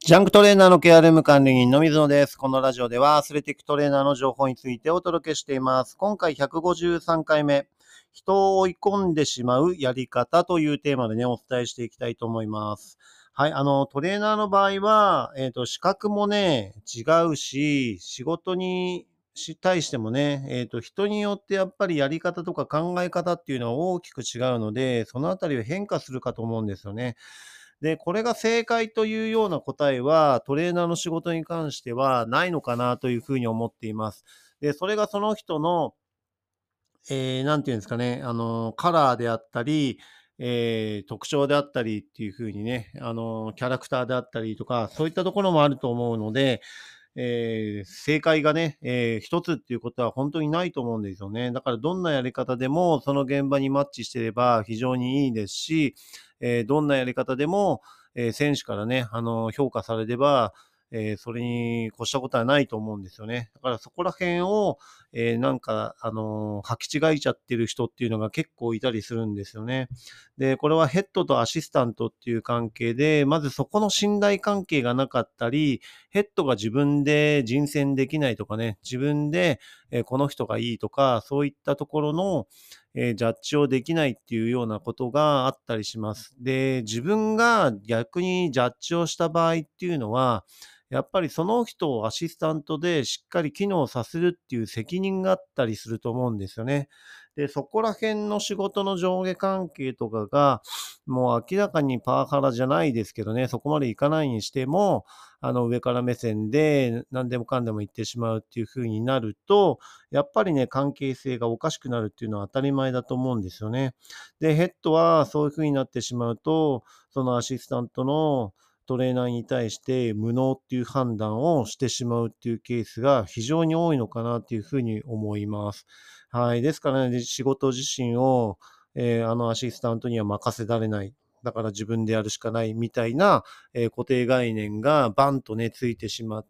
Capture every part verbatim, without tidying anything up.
ジャンクトレーナーのケアルーム管理人の水野です。このラジオではアスレティックトレーナーの情報についてお届けしています。今回ひゃくごじゅうさんかいめ、人を追い込んでしまうやり方というテーマでね、お伝えしていきたいと思います。はい、あの、トレーナーの場合は、えっと、資格もね、違うし、仕事にし対してもね、えっと、人によってやっぱりやり方とか考え方っていうのは大きく違うので、そのあたりは変化するかと思うんですよね。で、これが正解というような答えは、トレーナーの仕事に関してはないのかなというふうに思っています。で、それがその人の、えー、なんていうんですかね、あの、カラーであったり、えー、特徴であったりっていうふうにね、あの、キャラクターであったりとか、そういったところもあると思うので、えー正解がね、えー一つっていうことは本当にないと思うんですよね。だからどんなやり方でもその現場にマッチしてれば非常にいいですし、えーどんなやり方でも、えー選手からね、あの、評価されれば、えーそれに越したことはないと思うんですよね。だからそこら辺を、えーなんか、あのー履き違えちゃってる人っていうのが結構いたりするんですよね。で、これはヘッドとアシスタントっていう関係で、まずそこの信頼関係がなかったり、ヘッドが自分で人選できないとかね、自分で、えーこの人がいいとか、そういったところの、えージャッジをできないっていうようなことがあったりします。で、自分が逆にジャッジをした場合っていうのは、やっぱりその人をアシスタントでしっかり機能させるっていう責任があったりすると思うんですよね。で、そこら辺の仕事の上下関係とかが、もう明らかにパワハラじゃないですけどね、そこまでいかないにしても、あの、上から目線で何でもかんでも言ってしまうっていう風になると、やっぱりね、関係性がおかしくなるっていうのは当たり前だと思うんですよね。で、ヘッドはそういう風になってしまうと、そのアシスタントのトレーナーに対して無能っていう判断をしてしまうっていうケースが非常に多いのかなっていう風に思います。はい。ですからね、仕事自身を、えーあのアシスタントには任せられない。だから自分でやるしかないみたいな、えー固定概念がバンとね、ついてしまって、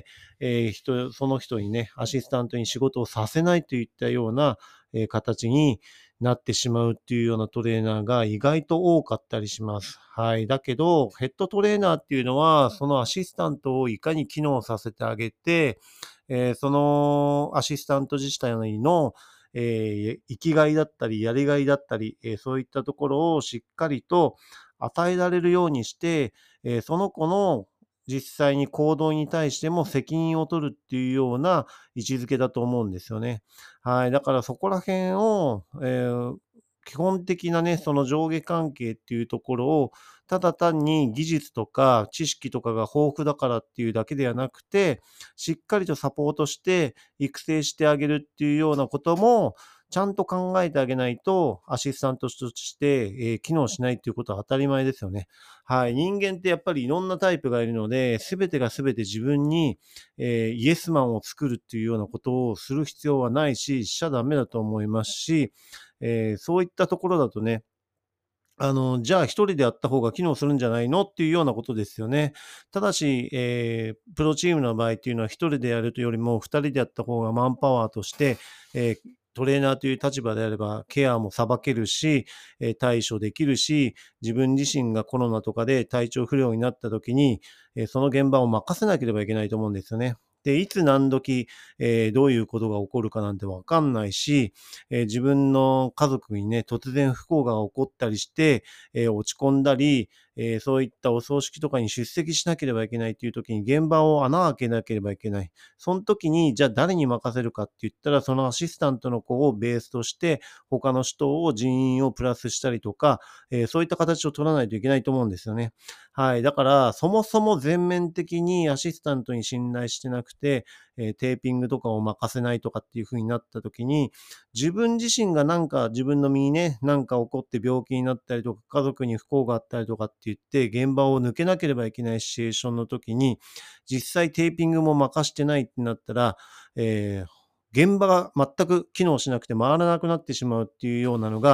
えー人、その人にね、アシスタントに仕事をさせないといったような、えー形になってしまうっていうようなトレーナーが意外と多かったりします。はい。だけど、ヘッドトレーナーっていうのは、そのアシスタントをいかに機能させてあげて、えーそのアシスタント自体の、えー生きがいだったり、やりがいだったり、えーそういったところをしっかりと与えられるようにして、えーその子の実際に行動に対しても責任を取るっていうような位置づけだと思うんですよね。はい。だからそこら辺を、えー基本的なね、その上下関係っていうところを、ただ単に技術とか知識とかが豊富だからっていうだけではなくて、しっかりとサポートして育成してあげるっていうようなことも、ちゃんと考えてあげないと、アシスタントとして、えー機能しないっていうことは当たり前ですよね。はい。人間ってやっぱりいろんなタイプがいるので、すべてがすべて自分に、えーイエスマンを作るっていうようなことをする必要はないし、しちゃダメだと思いますし、えーそういったところだとね、あの、じゃあ一人でやった方が機能するんじゃないのっていうようなことですよね。ただし、えープロチームの場合っていうのは一人でやるというよりも二人でやった方がマンパワーとして、えートレーナーという立場であればケアもさばけるし、えー対処できるし、自分自身がコロナとかで体調不良になった時に、えーその現場を任せなければいけないと思うんですよね。で、いつ何時、えーどういうことが起こるかなんてわかんないし、えー自分の家族にね、突然不幸が起こったりして、えー落ち込んだり、えーそういったお葬式とかに出席しなければいけないっていう時に現場を穴を開けなければいけない。その時に、じゃあ誰に任せるかって言ったら、そのアシスタントの子をベースとして、他の人を人員をプラスしたりとか、えーそういった形を取らないといけないと思うんですよね。はい。だから、そもそも全面的にアシスタントに信頼してなくて、えーテーピングとかを任せないとかっていう風になった時に、自分自身がなんか自分の身にね、なんか起こって病気になったりとか、家族に不幸があったりとかって言って、現場を抜けなければいけないシチュエーションの時に、実際テーピングも任してないってなったら、えー現場が全く機能しなくて回らなくなってしまうっていうようなのが、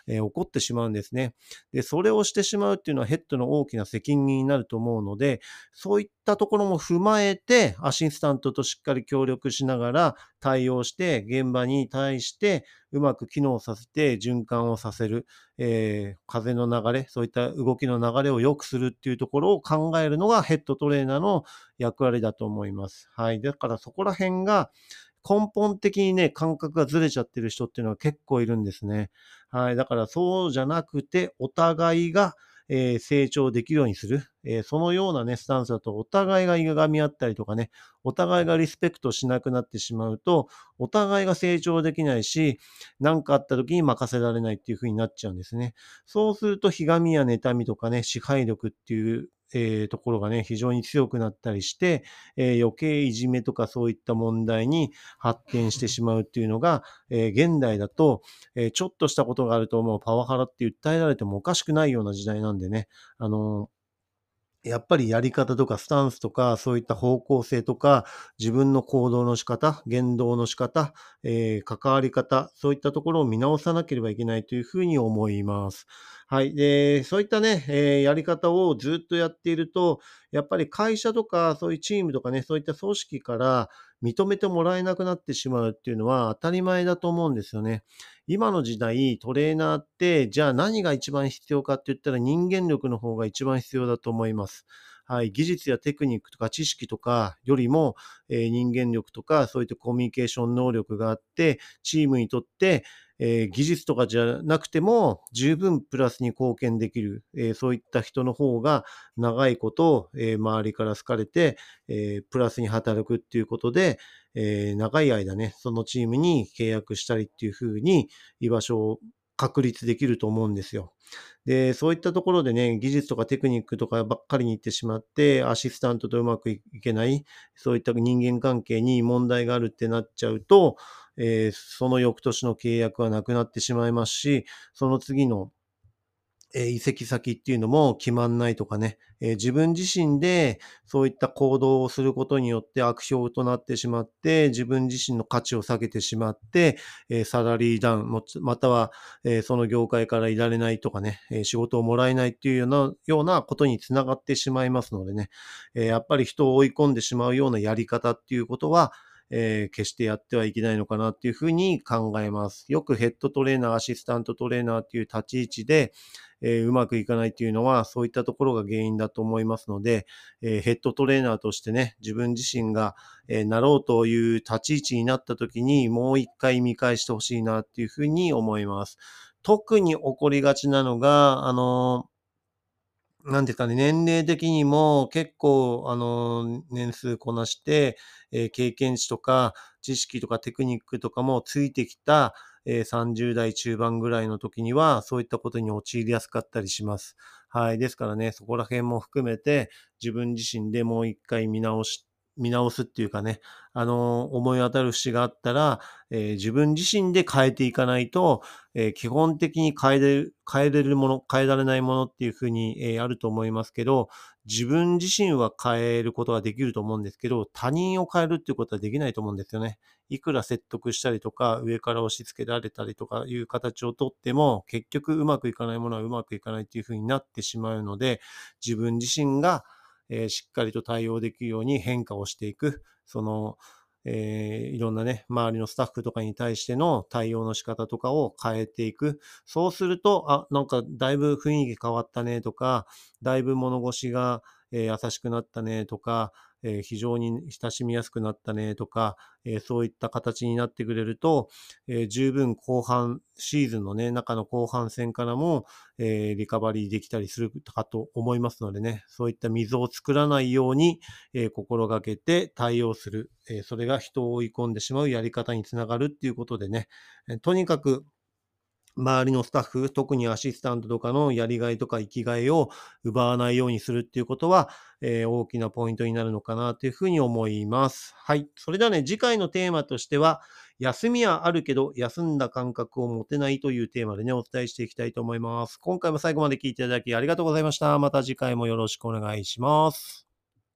えー起こってしまうんですね。で、それをしてしまうっていうのはヘッドの大きな責任になると思うので、そういったところも踏まえて、アシスタントとしっかり協力しながら対応して、現場に対してうまく機能させて循環をさせる、えー風の流れ、そういった動きの流れを良くするっていうところを考えるのがヘッドトレーナーの役割だと思います。はい。だからそこら辺が根本的にね、感覚がずれちゃってる人っていうのは結構いるんですね。はい。だからそうじゃなくて、お互いが、えー成長できるようにする。えーそのようなね、スタンスだとお互いが歪み合ったりとかね、お互いがリスペクトしなくなってしまうと、お互いが成長できないし、何かあった時に任せられないっていう風になっちゃうんですね。そうすると、ひがみや妬みとかね、支配力っていう、えーところがね、非常に強くなったりして、えー余計いじめとかそういった問題に発展してしまうっていうのが、えー現代だと、えーちょっとしたことがあるともうパワハラって訴えられてもおかしくないような時代なんでね、あのーやっぱりやり方とかスタンスとか、そういった方向性とか、自分の行動の仕方、言動の仕方、えー関わり方、そういったところを見直さなければいけないというふうに思います。はい。で、そういったね、えーやり方をずっとやっていると、やっぱり会社とか、そういうチームとかね、そういった組織から認めてもらえなくなってしまうっていうのは当たり前だと思うんですよね。今の時代、トレーナーって、じゃあ何が一番必要かって言ったら人間力の方が一番必要だと思います。はい。技術やテクニックとか知識とかよりも、えー人間力とかそういったコミュニケーション能力があって、チームにとって、えー技術とかじゃなくても十分プラスに貢献できる、えーそういった人の方が長いこと、えー周りから好かれて、えープラスに働くっていうことで、えー長い間ね、そのチームに契約したりっていう風に居場所を確立できると思うんですよ。で、そういったところでね、技術とかテクニックとかばっかりに行ってしまって、アシスタントとうまくいけない、そういった人間関係に問題があるってなっちゃうと、えーその翌年の契約はなくなってしまいますし、その次のえー移籍先っていうのも決まんないとかね、えー自分自身でそういった行動をすることによって悪評となってしまって、自分自身の価値を下げてしまって、えーサラリーダウン、もつまたは、えーその業界からいられないとかね、えー仕事をもらえないっていうようなようなことにつながってしまいますのでね、えーやっぱり人を追い込んでしまうようなやり方っていうことは、えー決してやってはいけないのかなっていうふうに考えます。よくヘッドトレーナー、アシスタントトレーナーっていう立ち位置で、えーうまくいかないっていうのは、そういったところが原因だと思いますので、えーヘッドトレーナーとしてね、自分自身が、えーなろうという立ち位置になった時に、もう一回見返してほしいなっていうふうに思います。特に起こりがちなのが、あのなんですかね、年齢的にも結構、あの、年数こなして、えー経験値とか知識とかテクニックとかもついてきた、えーさんじゅう代中盤ぐらいの時には、そういったことに陥りやすかったりします。はい。ですからね、そこら辺も含めて、自分自身でもう一回見直し見直すっていうかね、あの、思い当たる節があったら、えー自分自身で変えていかないと、えー基本的に変えれる変えれるもの、変えられないものっていうふうに、えーあると思いますけど、自分自身は変えることができると思うんですけど、他人を変えるっていうことはできないと思うんですよね。いくら説得したりとか、上から押し付けられたりとかいう形をとっても、結局うまくいかないものはうまくいかないっていうふうになってしまうので、自分自身が、えーしっかりと対応できるように変化をしていく。その、えーいろんなね、周りのスタッフとかに対しての対応の仕方とかを変えていく。そうすると、あ、なんかだいぶ雰囲気変わったねとか、だいぶ物腰が、えー優しくなったねとか、えー非常に親しみやすくなったねとか、えーそういった形になってくれると、えー十分後半、シーズンのね、中の後半戦からも、えーリカバリーできたりするかと思いますのでね、そういった溝を作らないように、えー心がけて対応する、えーそれが人を追い込んでしまうやり方につながるっていうことでね、えーとにかく周りのスタッフ、特にアシスタントとかのやりがいとか生きがいを奪わないようにするっていうことは、えー大きなポイントになるのかなというふうに思います。はい。それではね、次回のテーマとしては、休みはあるけど、休んだ感覚を持てないというテーマでね、お伝えしていきたいと思います。今回も最後まで聞いていただきありがとうございました。また次回もよろしくお願いします。